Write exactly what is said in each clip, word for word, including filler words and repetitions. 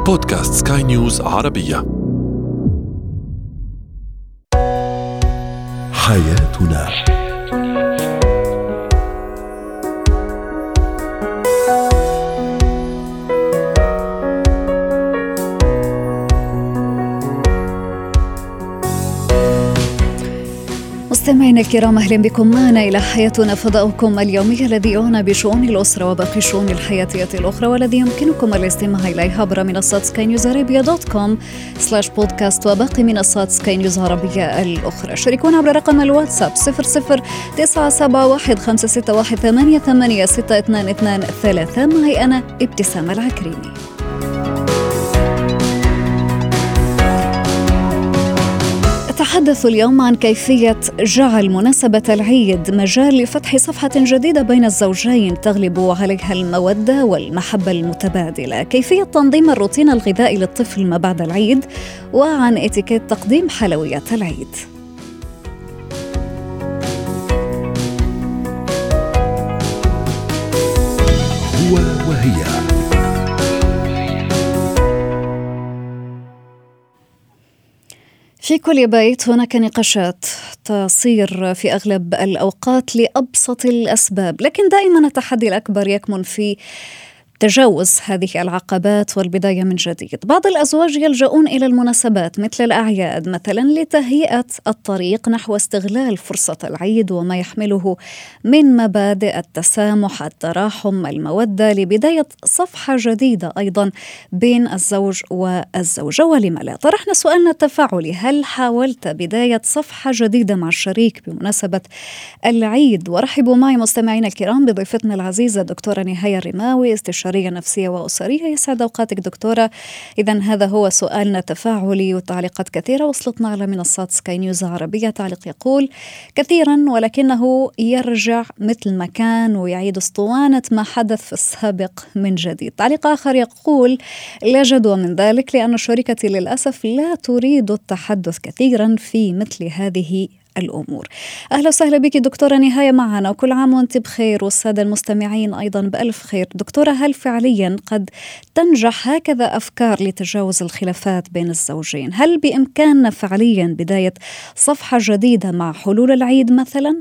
بودكاست سكاي نيوز عربية. حياتنا. مستمعينا الكرام، أهلا بكم معنا إلى حياتنا، فضاؤكم اليومي الذي يعنى بشؤون الأسرة وباقي الشؤون الحياتية الأخرى، والذي يمكنكم الاستماع إليه عبر منصات سكاي نيوز عربية دوت كوم سلاش بودكاست وباقي منصات سكاي نيوز عربية الأخرى. شاركونا عبر رقم الواتساب صفر صفر تسعة سبعة واحد خمسة ستة واحد ثمانية ثمانية ستة اثنان اثنان ثلاثة. معي أنا ابتسام العكريمي. نتحدث اليوم عن كيفية جعل مناسبة العيد مجال لفتح صفحة جديدة بين الزوجين تغلب عليها المودة والمحبة المتبادلة، كيفية تنظيم الروتين الغذائي للطفل ما بعد العيد، وعن اتيكيت تقديم حلويات العيد. هو وهي. في كل بيت هناك نقاشات تصير في أغلب الأوقات لأبسط الأسباب، لكن دائما التحدي الأكبر يكمن في تجاوز هذه العقبات والبداية من جديد. بعض الأزواج يلجؤون إلى المناسبات مثل الأعياد مثلا لتهيئة الطريق نحو استغلال فرصة العيد وما يحمله من مبادئ التسامح، التراحم، المودة، لبداية صفحة جديدة أيضا بين الزوج والزوجة. ولم لا؟ طرحنا سؤالنا التفاعلي: هل حاولت بداية صفحة جديدة مع الشريك بمناسبة العيد؟ ورحبوا معي مستمعينا الكرام بضيفتنا العزيزة دكتورة نهاية الرماوي، استشارية نفسية وأسرية. يسعد أوقاتك دكتورة. إذن هذا هو سؤالنا التفاعلي، وتعليقات كثيرة وصلتنا على منصات سكاي نيوز عربية. تعليق يقول: كثيرا ولكنه يرجع مثل ما كان ويعيد اسطوانة ما حدث في السابق من جديد. تعليق آخر يقول: لا جدوى من ذلك لأن شريكتي للأسف لا تريد التحدث كثيرا في مثل هذه الأمور. أهلا وسهلا بك دكتورة نهاية معنا، وكل عام وأنت بخير والسادة المستمعين أيضا بألف خير. دكتورة، هل فعليا قد تنجح هكذا أفكار لتجاوز الخلافات بين الزوجين؟ هل بإمكاننا فعليا بداية صفحة جديدة مع حلول العيد مثلا؟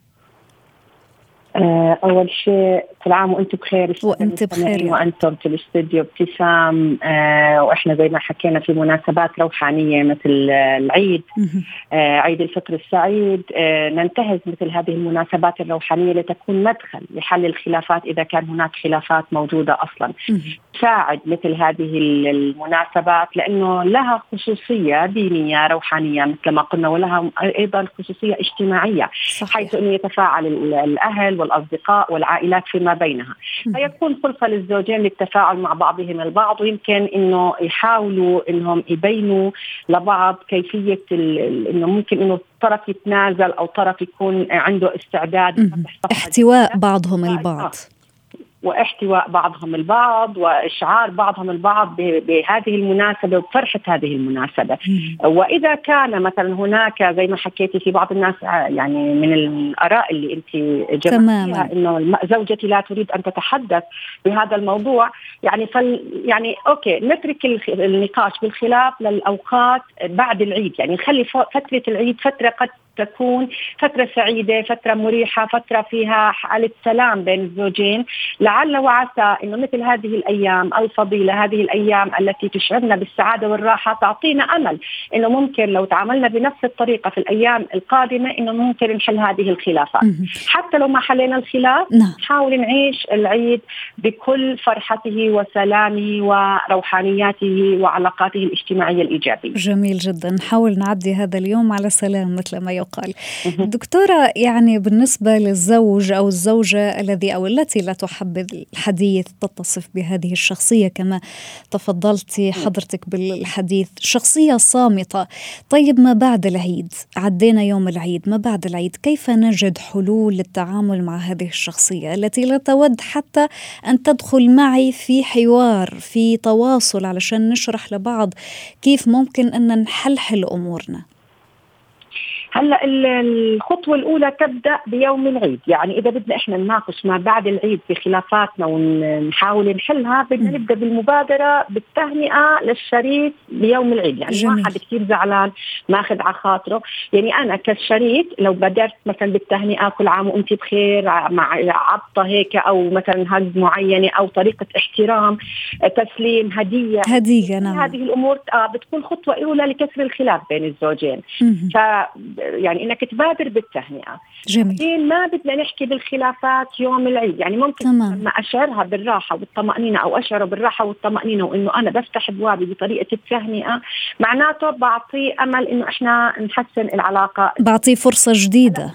أول شيء كل عام وأنتم بخير وأنت بخير وأنتم في الاستوديو ابتسام. آه وإحنا زي ما حكينا في مناسبات روحانية مثل العيد، آه عيد الفطر السعيد، آه ننتهز مثل هذه المناسبات الروحانية لتكون مدخل لحل الخلافات إذا كان هناك خلافات موجودة أصلا. تساعد مثل هذه المناسبات لأنه لها خصوصية دينية روحانية مثل ما قلنا، ولها أيضا خصوصية اجتماعية، صحيح. حيث أن يتفاعل الأهل والأصدقاء والعائلات فيما بينها، فيكون فرصة للزوجين للتفاعل مع بعضهم البعض، ويمكن إنه يحاولوا إنهم يبينوا لبعض كيفية إنه ممكن إنه طرف يتنازل أو طرف يكون عنده استعداد احتواء بعضهم البعض واحتواء بعضهم البعض وإشعار بعضهم البعض بهذه المناسبة وبفرحة هذه المناسبة. وإذا كان مثلا هناك زي ما حكيتي في بعض الناس يعني من الآراء اللي أنت جمعتيها إنه زوجتي لا تريد أن تتحدث بهذا الموضوع، يعني فل يعني أوكي نترك النقاش بالخلاف للأوقات بعد العيد، يعني نخلي فترة العيد فترة قد تكون فترة سعيدة، فترة مريحة، فترة فيها حالة سلام بين الزوجين. لعل وعسى إنه مثل هذه الأيام الفضيلة، هذه الأيام التي تشعرنا بالسعادة والراحة، تعطينا أمل إنه ممكن لو تعاملنا بنفس الطريقة في الأيام القادمة إنه ممكن نحل هذه الخلافات. حتى لو ما حلينا الخلاف نحاول نعيش العيد بكل فرحته وسلامه وروحانياته وعلاقاته الاجتماعية الإيجابية. جميل جدا، نحاول نعدي هذا اليوم على سلام مثل ما يقال. دكتورة، يعني بالنسبة للزوج أو الزوجة الذي أو التي لا تحب الحديث، تتصف بهذه الشخصية كما تفضلتي حضرتك بالحديث، شخصية صامتة. طيب ما بعد العيد، عدينا يوم العيد، ما بعد العيد كيف نجد حلول للتعامل مع هذه الشخصية التي لا تود حتى أن تدخل معي في حوار، في تواصل، علشان نشرح لبعض كيف ممكن أن نحلحل أمورنا؟ هلا الخطوة الأولى تبدأ بيوم العيد، يعني إذا بدنا إحنا نناقش ما بعد العيد بخلافاتنا ونحاول نحلها بدنا نبدأ بالمبادرة بالتهنئة للشريك بيوم العيد. يعني جميل. واحد كتير زعلان ماخذ على خاطره، يعني أنا كشريك لو بدرت مثلا بالتهنئة كل عام وأنت بخير مع عطة هيك أو مثلا هز معينة أو طريقة احترام تسليم هدية هدية نعم. هذه الأمور آه بتكون خطوة أولى لكسر الخلاف بين الزوجين. ف يعني إنك تبادر بالتهنئة. جميل. ما بدنا نحكي بالخلافات يوم العيد، يعني ممكن تمام. لما أشعرها بالراحة والطمأنينة أو أشعره بالراحة والطمأنينة وإنه أنا بفتح بوابي بطريقة التهنئة، معناته بعطيه أمل إنه إحنا نحسن العلاقة، بعطيه فرصة جديدة.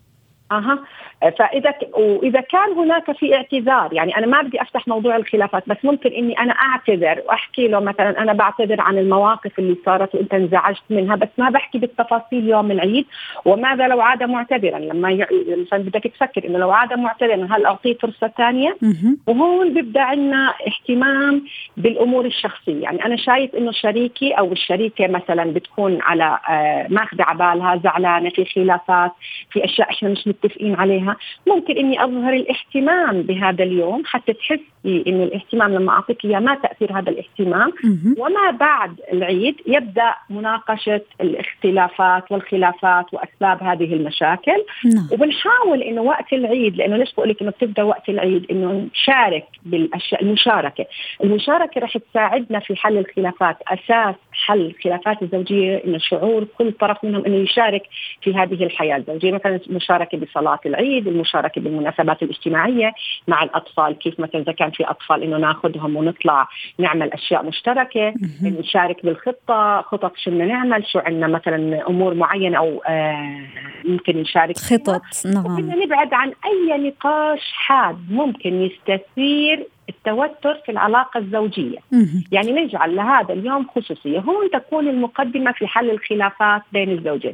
أها. فإذا وإذا كان هناك في اعتذار، يعني أنا ما بدي أفتح موضوع الخلافات، بس ممكن إني أنا أعتذر وأحكي له مثلا أنا بعتذر عن المواقف اللي صارت وأنت انزعجت منها، بس ما بحكي بالتفاصيل يوم العيد. وماذا لو عاد معتذرا؟ لما ي... مثلا بدك تفكر إنه لو عاد معتذرا هل أعطيه فرصة ثانية؟ وهون بيبدأ عنا اهتمام بالأمور الشخصية. يعني أنا شايف إنه شريكي أو الشريكة مثلا بتكون على آه ماخذة عبالها زعلانة في خلافات في أشياء إحنا مش متفقين عليها، ممكن إني أظهر الاهتمام بهذا اليوم حتى تحسي إنه الاهتمام لما أعطيك إياه ما تأثير هذا الاهتمام. وما بعد العيد يبدأ مناقشة الاختلافات والخلافات وأسباب هذه المشاكل. نعم. وبنحاول إنه وقت العيد، لأنه ليش بقول لك إنه بتبدأ وقت العيد، إنه نشارك بالأشياء. المشاركة المشاركة رح تساعدنا في حل الخلافات. أساس حل الخلافات الزوجية إنه شعور كل طرف منهم إنه يشارك في هذه الحياة الزوجية، مثلا المشاركة بصلاة العيد، المشاركة بالمناسبات الاجتماعية مع الأطفال، كيف مثلا إذا كان في أطفال إنه ناخدهم ونطلع نعمل أشياء مشتركة، نشارك بالخطة، خطط شو بدنا نعمل، شو عندنا مثلا أمور معينة أو آه ممكن نشارك خطط. نعم. وبدنا نبعد عن أي نقاش حاد ممكن يستثير التوتر في العلاقة الزوجية. يعني نجعل لهذا اليوم خصوصية، هون تكون المقدمة في حل الخلافات بين الزوجين.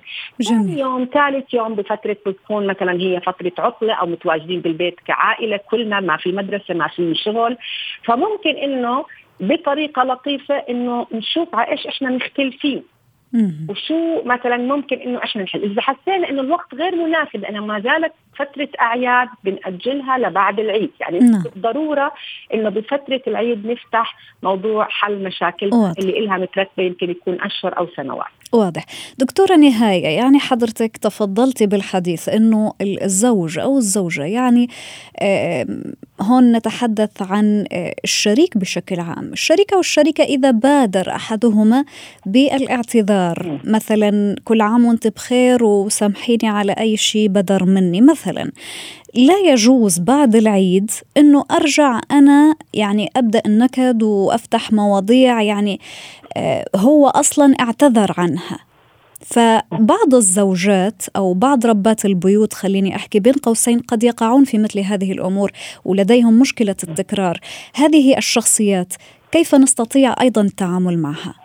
يوم ثالث يوم بفترة بتكون مثلا هي فترة عطلة أو متواجدين بالبيت كعائلة كلنا، ما في مدرسة ما في شغل، فممكن إنه بطريقة لطيفة إنه نشوف على إيش إحنا مختلفين وشو مثلا ممكن إنه إحنا نحل. إذا حسينا إنه الوقت غير مناسب لأنه ما زالت فترة أعياد بنأجلها لبعد العيد، يعني ضرورة إنه بفترة العيد نفتح موضوع حل مشاكل اللي إلها مترتبة يمكن يكون أشهر أو سنوات. واضح. دكتورة نهاية، يعني حضرتك تفضلتي بالحديث إنه الزوج أو الزوجة، يعني هون نتحدث عن الشريك بشكل عام، الشريك أو الشريكة إذا بادر أحدهما بالاعتذار مثلا كل عام وانت بخير وسامحيني على أي شيء بدر مني مثلا، لا يجوز بعد العيد أنه أرجع أنا يعني أبدأ النكد وأفتح مواضيع يعني هو أصلا اعتذر عنها. فبعض الزوجات أو بعض ربات البيوت، خليني أحكي بين قوسين، قد يقعون في مثل هذه الأمور ولديهم مشكلة التكرار. هذه الشخصيات كيف نستطيع أيضا التعامل معها؟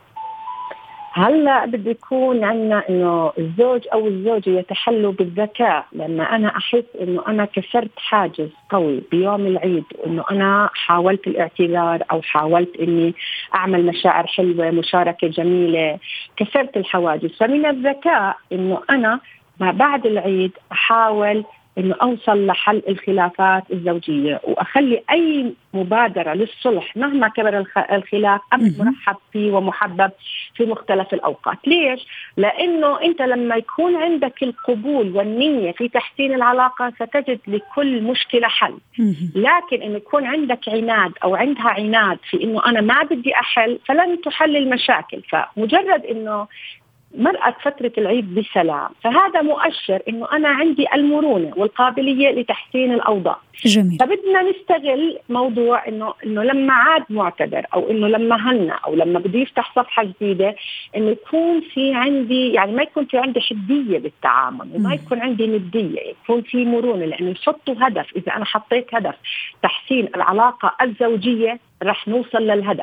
هلا بده يكون عندنا انه الزوج او الزوجه يتحلوا بالذكاء. لما انا احس انه انا كسرت حاجز قوي بيوم العيد وانه انا حاولت الاعتذار او حاولت اني اعمل مشاعر حلوه، مشاركه جميله، كسرت الحواجز، فمن الذكاء انه انا ما بعد العيد احاول إنه أوصل لحل الخلافات الزوجية وأخلي أي مبادرة للصلح مهما كبر الخلاف أبد مرحب فيه ومحبب في مختلف الأوقات. ليش؟ لأنه أنت لما يكون عندك القبول والنية في تحسين العلاقة ستجد لكل مشكلة حل. لكن إنه يكون عندك عناد أو عندها عناد في إنه أنا ما بدي أحل فلن تحل المشاكل. فمجرد إنه مرأت فترة العيد بسلام فهذا مؤشر إنه أنا عندي المرونة والقابلية لتحسين الأوضاع. جميل. فبدنا نستغل موضوع إنه إنه لما عاد معتذر أو إنه لما هنا أو لما بدي يفتح صفحة جديدة إنه يكون في عندي يعني ما يكون في عندي حدية بالتعامل وما يكون عندي ندية، يكون في مرونة، لأنه نحطوا هدف. إذا أنا حطيت هدف تحسين العلاقة الزوجية رح نوصل للهدف.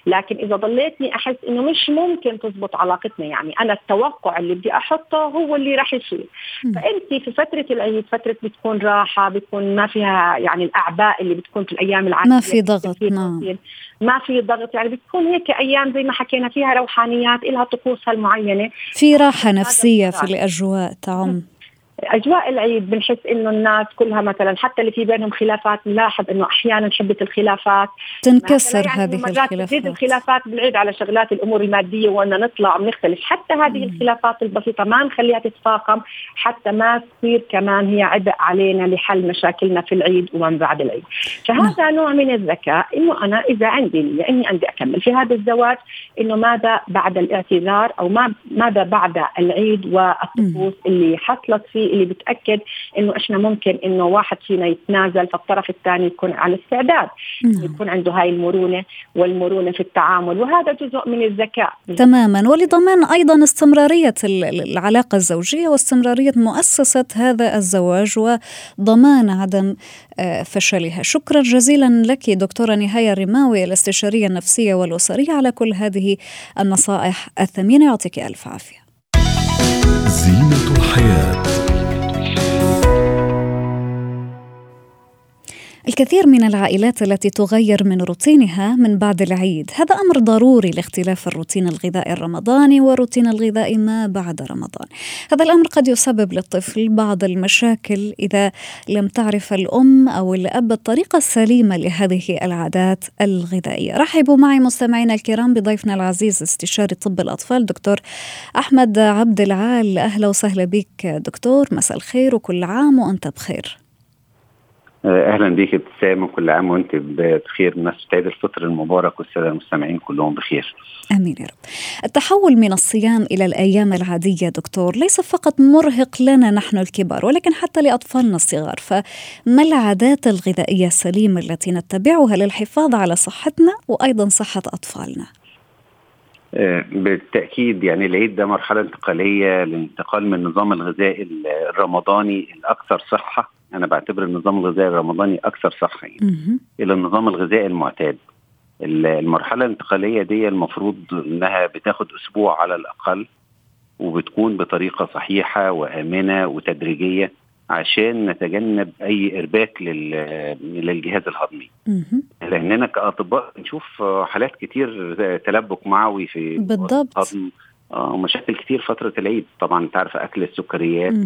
لكن إذا ضليتني أحس إنه مش ممكن تزبط علاقتنا، يعني أنا التوقع اللي بدي أحطه هو اللي راح يصير. فأنت في فترة العيد فترة بتكون راحة، بتكون ما فيها يعني الأعباء اللي بتكون في الأيام العادية، ما في ضغط، نعم ما في ضغط، يعني بتكون هيك أيام زي ما حكينا فيها روحانيات، إلها طقوسها المعينة، في راحة نفسية في الأجواء تعم. أجواء العيد بنحس إنه الناس كلها مثلا حتى اللي في بينهم خلافات، نلاحظ إنه أحيانا حبة الخلافات تنكسر يعني هذه الخلافات. تزيد الخلافات بالعيد على شغلات الأمور المادية، وأن نطلع ونختلف، حتى هذه مم. الخلافات البسيطة ما نخليها تتفاقم حتى ما تصير كمان هي عبء علينا لحل مشاكلنا في العيد ومن بعد العيد. فهذا مم. نوع من الذكاء، إنه أنا إذا عندي لأني عندي أكمل في هذا الزواج، إنه ماذا بعد الاعتذار أو ما ماذا بعد العيد والطقوس اللي حصلت فيه، اللي بتأكد إنه إحنا ممكن إنه واحد فينا يتنازل فالطرف الثاني يكون على استعداد، مم. يكون عنده هاي المرونة والمرونة في التعامل، وهذا جزء من الذكاء تماما، ولضمان أيضا استمرارية العلاقة الزوجية واستمرارية مؤسسة هذا الزواج وضمان عدم فشلها. شكرا جزيلا لك دكتورة نهاية الرماوي الاستشارية النفسية والأسرية على كل هذه النصائح الثمينة، يعطيك ألف عافية. زينة الحياة. الكثير من العائلات التي تغير من روتينها من بعد العيد، هذا أمر ضروري لاختلاف الروتين الغذائي الرمضاني والروتين الغذائي ما بعد رمضان. هذا الأمر قد يسبب للطفل بعض المشاكل إذا لم تعرف الأم أو الأب الطريقة السليمة لهذه العادات الغذائية. رحبوا معي مستمعينا الكرام بضيفنا العزيز استشاري طب الأطفال دكتور أحمد عبد العال. أهلا وسهلا بك دكتور، مساء الخير وكل عام وأنت بخير. اهلا بيك ابتسام، وكل عام وانت بخير، بمناسبة عيد الفطر المبارك، والساده المستمعين كلهم بخير. امين يا رب. التحول من الصيام الى الايام العاديه دكتور ليس فقط مرهق لنا نحن الكبار ولكن حتى لاطفالنا الصغار، فما العادات الغذائيه السليمه التي نتبعها للحفاظ على صحتنا وايضا صحه اطفالنا؟ بالتأكيد يعني العيد ده مرحلة انتقالية للانتقال من النظام الغذائي الرمضاني الأكثر صحة، أنا بعتبر النظام الغذائي الرمضاني أكثر صحة يعني، إلى النظام الغذائي المعتاد. المرحلة الانتقالية دي المفروض أنها بتاخد أسبوع على الأقل، وبتكون بطريقة صحيحة وآمنة وتدريجية عشان نتجنب أي إرباك للجهاز الهضمي. لأننا كأطباء نشوف حالات كتير تلبك معوي في بالضبط الهضم ومشاكل كتير فترة العيد. طبعا تعرف أكل السكريات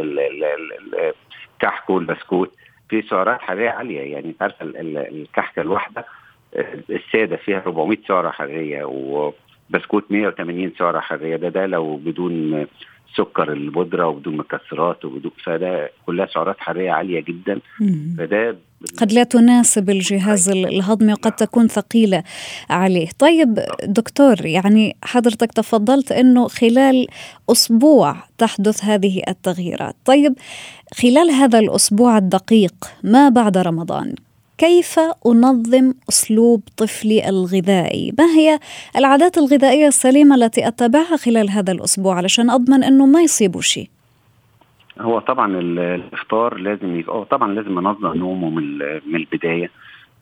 والكحك والبسكوت في سعرات حرارية عالية، يعني تعرف الكحكة الواحدة السادة فيها أربعمائة سعرة حرارية وبسكوت مئة وثمانين سعرة حرارية، ده ده لو بدون سكر البودرة وبدون مكسرات وبدون، فده كلها سعرات حرارية عالية جدا. فده قد لا تناسب الجهاز الهضمي وقد تكون ثقيلة عليه. طيب دكتور، يعني حضرتك تفضلت أنه خلال أسبوع تحدث هذه التغييرات، طيب خلال هذا الأسبوع الدقيق ما بعد رمضان كيف أنظم أسلوب طفلي الغذائي؟ ما هي العادات الغذائية السليمة التي أتبعها خلال هذا الأسبوع علشان أضمن أنه ما يصيبوا شيء؟ هو طبعا الإفطار لازم يبقى طبعا لازم ننظم نومه من من البداية،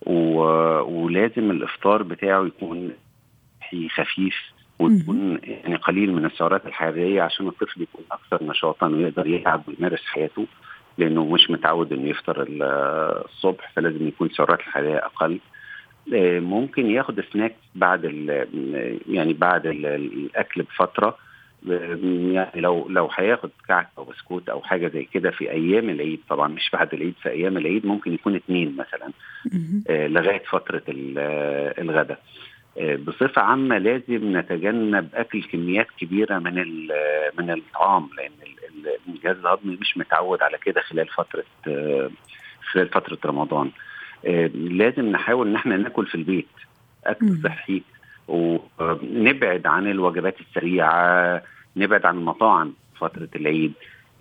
ولازم الإفطار بتاعه يكون خفيف ويكون يعني قليل من السعرات الحرارية عشان الطفل يكون أكثر نشاطا ويقدر يلعب ويمارس حياته، لأنه مش متعود إنه يفطر الصبح، فلازم يكون سعرات الحرارية أقل. ممكن ياخد سناك بعد يعني بعد الأكل بفترة، يعني لو لو هياخد كعك أو بسكوت أو حاجة زي كده في أيام العيد، طبعا مش بعد العيد، في أيام العيد ممكن يكون اتنين مثلا لغاية فترة الغداء. بصفة عامة لازم نتجنب أكل كميات كبيرة من من الطعام، لأن الجهاز الهضمي مش متعود على كده خلال فترة خلال فترة رمضان. لازم نحاول إن احنا ناكل في البيت أكل صحي، ونبعد عن الوجبات السريعة، نبعد عن المطاعم فترة العيد،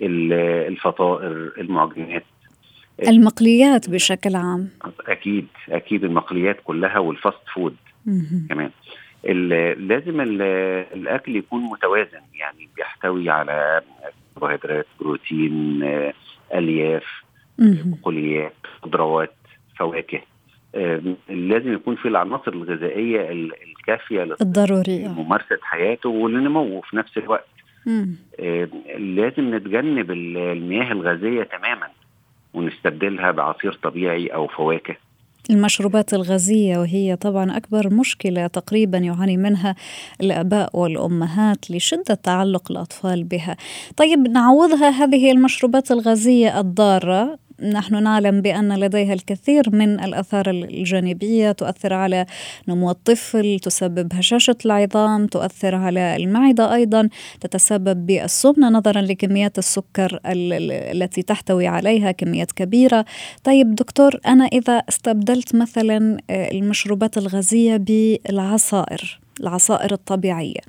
الفطائر، المعجنات، المقليات بشكل عام. أكيد أكيد المقليات كلها والفاست فود كمان. لازم الأكل يكون متوازن، يعني بيحتوي على كربوهيدرات، بروتين، ألياف، بقوليات، خضروات، فواكه. لازم يكون في العناصر الغذائية الكافية الضرورية لممارسة حياته ولنموه في نفس الوقت. مم. لازم نتجنب المياه الغازية تماما ونستبدلها بعصير طبيعي أو فواكه. المشروبات الغازية وهي طبعا أكبر مشكلة تقريبا يعاني منها الآباء والأمهات لشدة تعلق الأطفال بها. طيب نعوضها هذه المشروبات الغازية الضارة، نحن نعلم بأن لديها الكثير من الآثار الجانبية، تؤثر على نمو الطفل، تسبب هشاشة العظام، تؤثر على المعدة أيضا، تتسبب بالسمنة نظرا لكميات السكر التي تحتوي عليها كميات كبيرة. طيب دكتور، أنا إذا استبدلت مثلا المشروبات الغازية بالعصائر العصائر الطبيعية،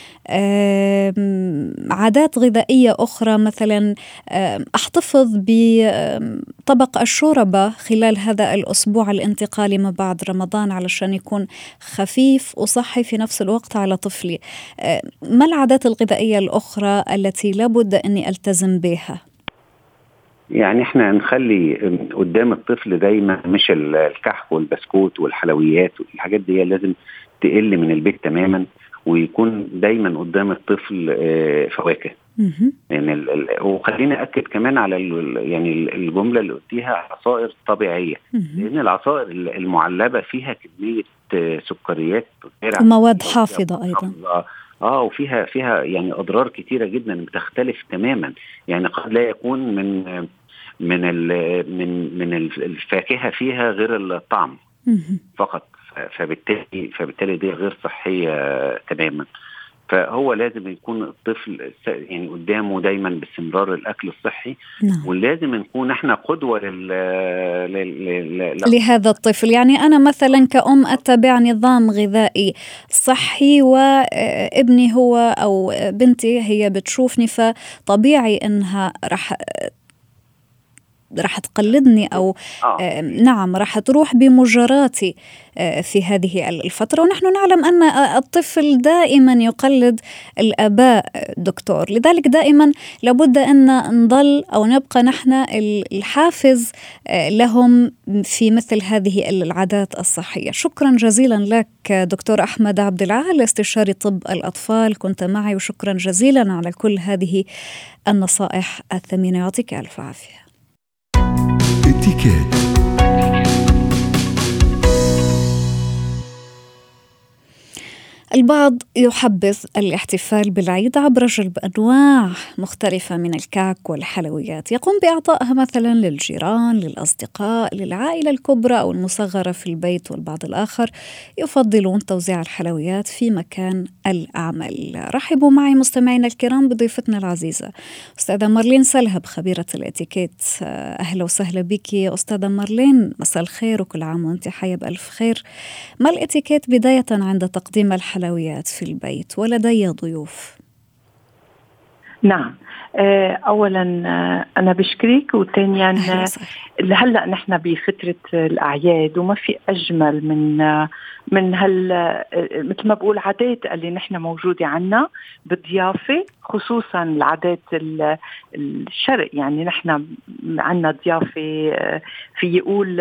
عادات غذائية أخرى، مثلا أحتفظ بطبق الشوربة خلال هذا الأسبوع الانتقالي ما بعد رمضان علشان يكون خفيف وصحي في نفس الوقت على طفلي، ما العادات الغذائية الأخرى التي لابد أني ألتزم بها؟ يعني احنا نخلي قدام الطفل دايما مش الكحك والبسكوت والحلويات والحاجات دي، لازم تقل من البيت تماما، ويكون دايما قدام الطفل فواكه. يعني وخليني أكد كمان على يعني الجملة اللي قلتيها عصائر طبيعية، لأن العصائر المعلبة فيها كمية سكريات ومواد حافظة أيضا، اه وفيها فيها يعني أضرار كتيرة جدا بتختلف تماما. يعني قد لا يكون من من من من الفاكهة فيها غير الطعم فقط، فبالتالي فبالتالي دي غير صحية تماما. فهو لازم يكون الطفل يعني قدامه دايما باستمرار الأكل الصحي. نعم. ولازم نكون احنا قدوة لل... لل... لهذا الطفل. يعني أنا مثلا كأم أتبع نظام غذائي صحي، وابني هو أو بنتي هي بتشوفني، فطبيعي إنها رح رح تقلدني أو آه. آه نعم رح تروح بمجراتي آه في هذه الفترة. ونحن نعلم أن الطفل دائما يقلد الآباء دكتور، لذلك دائما لابد أن نضل أو نبقى نحن الحافز آه لهم في مثل هذه العادات الصحية. شكرا جزيلا لك دكتور أحمد عبد العال، استشاري طب الأطفال، كنت معي، وشكرا جزيلا على كل هذه النصائح الثمينة، يعطيك ألف عافية. اتكات. البعض يحبذ الاحتفال بالعيد عبر جلب أنواع مختلفة من الكعك والحلويات، يقوم بإعطائها مثلا للجيران، للأصدقاء، للعائلة الكبرى أو المصغرة في البيت. والبعض الآخر يفضلون توزيع الحلويات في مكان العمل. رحبوا معي مستمعينا الكرام بضيفتنا العزيزة أستاذة مارلين سلهب، خبيرة الاتيكيت. أهلا وسهلا بك أستاذة مارلين، مساء الخير وكل عام وأنت حية بألف خير. ما الاتيكيت بداية عند تقديم الحلويات في البيت ولدي ضيوف؟ نعم، أولا أنا بشكرك، وثانيا هلأ نحن بفترة الأعياد وما في أجمل من من هال مثل ما بقول عادات اللي نحن موجودة عنا بالضيافة، خصوصا العادات الشرق. يعني نحن عنا ضيافة في يقول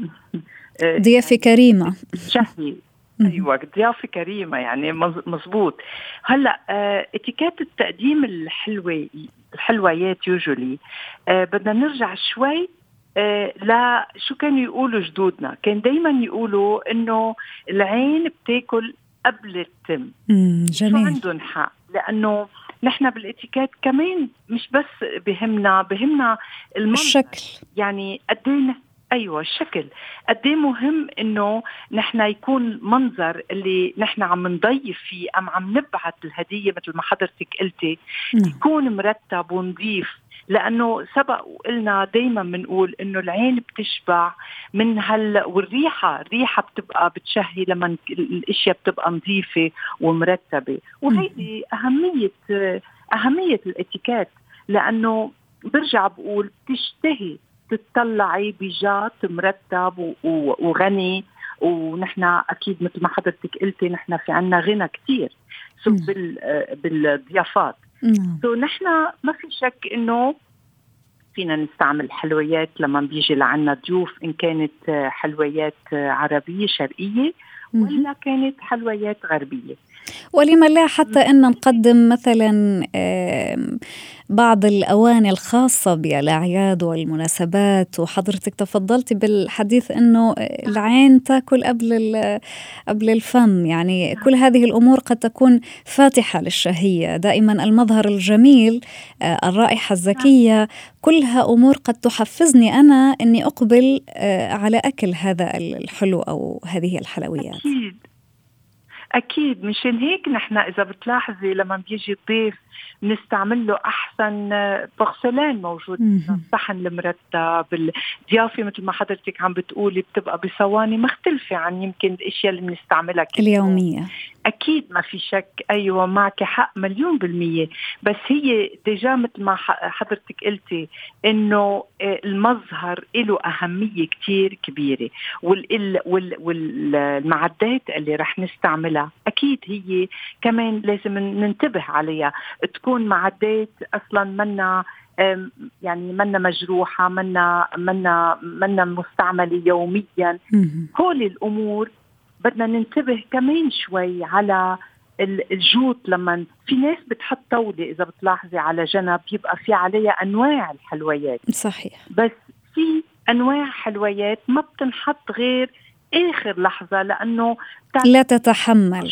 ضيافة كريمة، شهي. أيوة، ضيافة كريمة، يعني مزبوط. هلأ اه اتيكيت التقديم الحلوة الحلويات يوجولي اه بدنا نرجع شوي اه لا شو كانوا يقولوا جدودنا. كان دايما يقولوا إنه العين بتاكل قبل التم. جميل. شو عندهم حق، لأنه نحن بالاتيكيت كمان مش بس بهمنا بهمنا المنظر، الشكل. يعني قدينا أيوة الشكل قديه مهم إنه نحن يكون منظر اللي نحن عم نضيف فيه أم عم نبعث الهدية مثل ما حضرتك قلتي يكون مرتب ونظيف. لأنه سبق وقلنا دايما بنقول إنه العين بتشبع من هال، والريحة الريحة بتبقى بتشهي لما الأشياء بتبقى نظيفة ومرتبة. وهيدي أهمية أهمية الاتيكيت، لأنه برجع بقول تشتهي تطلعي بجات مرتب وغني. ونحن أكيد مثل ما حضرتك قلتي نحن في عنا غنى كتير بالضيافات. سو نحن ما في شك إنه فينا نستعمل حلويات لما بيجي لعنا ضيوف، إن كانت حلويات عربية شرقية ولا كانت حلويات غربية. ولما لا حتى أن نقدم مثلا بعض الأواني الخاصة بالأعياد والمناسبات. وحضرتك تفضلتي بالحديث أنه العين تأكل قبل قبل الفم، يعني كل هذه الأمور قد تكون فاتحة للشهية. دائما المظهر الجميل، الرائحة الزكية، كلها أمور قد تحفزني أنا أني أقبل على أكل هذا الحلو أو هذه الحلويات. أكيد أكيد، مشان هيك نحن إذا بتلاحظي لما بيجي الضيف نستعمل له أحسن بغسلان موجود الصحن المرتب. الضيافة مثل ما حضرتك عم بتقولي بتبقى بصواني مختلفة عن يمكن الأشياء اللي بنستعملها اليومية. أكيد ما في شك، أيوة معك حق مليون بالمية. بس هي ديجا مثل ما حضرتك قلتي إنه المظهر له أهمية كتير كبيرة، والمعدات اللي رح نستعملها أكيد هي كمان لازم ننتبه عليها، تكون معدات أصلا منا يعني منا مجروحة، منا منا منا مستعملة يوميا. هول الأمور بدنا ننتبه كمان شوي على الجوت. لما في ناس بتحط طاولة إذا بتلاحظي على جنب يبقى في عليها أنواع الحلويات، صحيح، بس في أنواع حلويات ما بتنحط غير آخر لحظة لأنه لا تتحمل.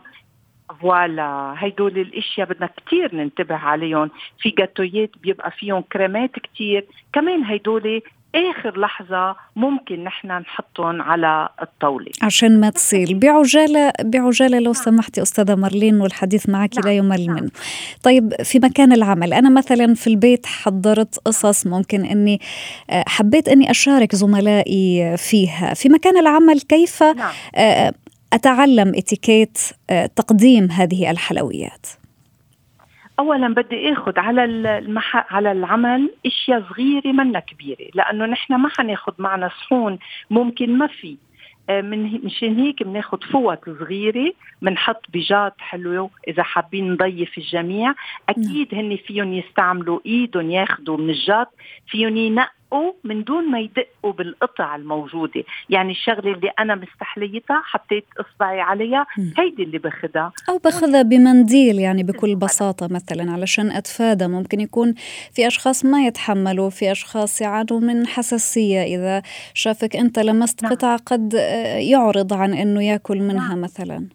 فوالا هيدول الاشياء بدنا كتير ننتبه عليهم. في جاتويات بيبقى فيهم كريمات كتير، كمان هيدول آخر لحظة ممكن نحن نحطهم على الطاولة عشان ما تصيل. بعجالة بعجالة لو سمحتي أستاذة مارلين، والحديث معك لا يمل منه. طيب في مكان العمل، أنا مثلا في البيت حضرت قصص ممكن أني حبيت أني أشارك زملائي فيها. في مكان العمل كيف أتعلم إتيكيت تقديم هذه الحلويات؟ أولا بدي أخذ على المح... على العمل إشياء صغيرة منا كبيرة، لأنه نحن ما حناخد معنا صحون ممكن ما في من مشان هيك بناخد فوط صغيرة، بنحط بيجات حلوة إذا حابين نضيف الجميع. أكيد هن فيهم يستعملوا إيدهم ياخدوا من الجات، فيهم ينقوا من دون ما يدقوا بالقطع الموجودة. يعني الشغلة اللي أنا مستحليتها حطيت إصبعي عليها هيدي اللي باخدها، أو باخدها بمنديل يعني بكل بساطة مثلا علشان أتفادى. ممكن يكون في أشخاص ما يتحملوا، في أشخاص يعانوا من حساسية، إذا شافك أنت لمست قطعة قد يعرض عن أنه يأكل منها مثلا.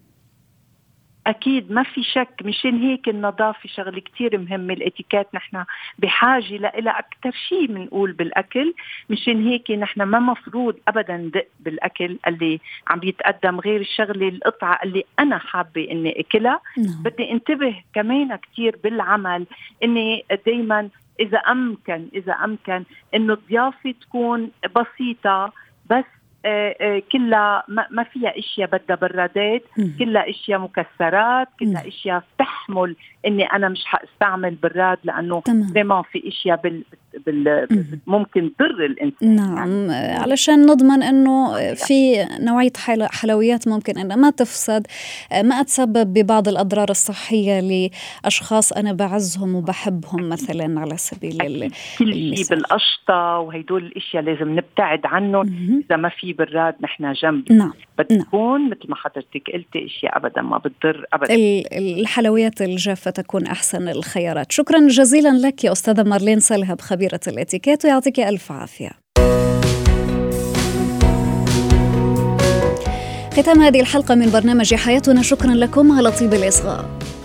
أكيد ما في شك، مشان هيك النظافة شغلة كتير مهمة. الاتيكات نحن بحاجة لإلى أكتر شيء منقول بالأكل، مشان هيك نحن ما مفروض أبدا ندق بالأكل اللي عم بيتقدم غير الشغلة القطعة اللي أنا حابة إني أكلها. بدي انتبه كمان كتير بالعمل إني دايما إذا أمكن إذا أمكن إنه الضيافة تكون بسيطة، بس آه آه كلها ما فيها اشياء بدها برادات، كلها اشياء مكسرات، كلها اشياء تحمل اني انا مش حاستعمل براد، لانه دائما في اشياء بال, بال ممكن تضر الانسان. نعم، يعني علشان نضمن انه في نوعيه حلويات ممكن انها ما تفسد، ما اتسبب ببعض الاضرار الصحيه لاشخاص انا بعزهم وبحبهم مثلا على سبيل المثال. كل شيء بالقشطه وهيدول الاشياء لازم نبتعد عنهم. اذا ما في براد نحن جنب. نعم. بتكون مثل ما حضرتك قلتي اشياء ابدا ما بتضر ابدا. الحلويات الجافه تكون احسن الخيارات. شكرا جزيلا لك يا استاذه مارلين سلهب، خبيره الاتيكيت، ويعطيك الف عافيه. ختام هذه الحلقه من برنامج حياتنا، شكرا لكم على طيب الاصغاء.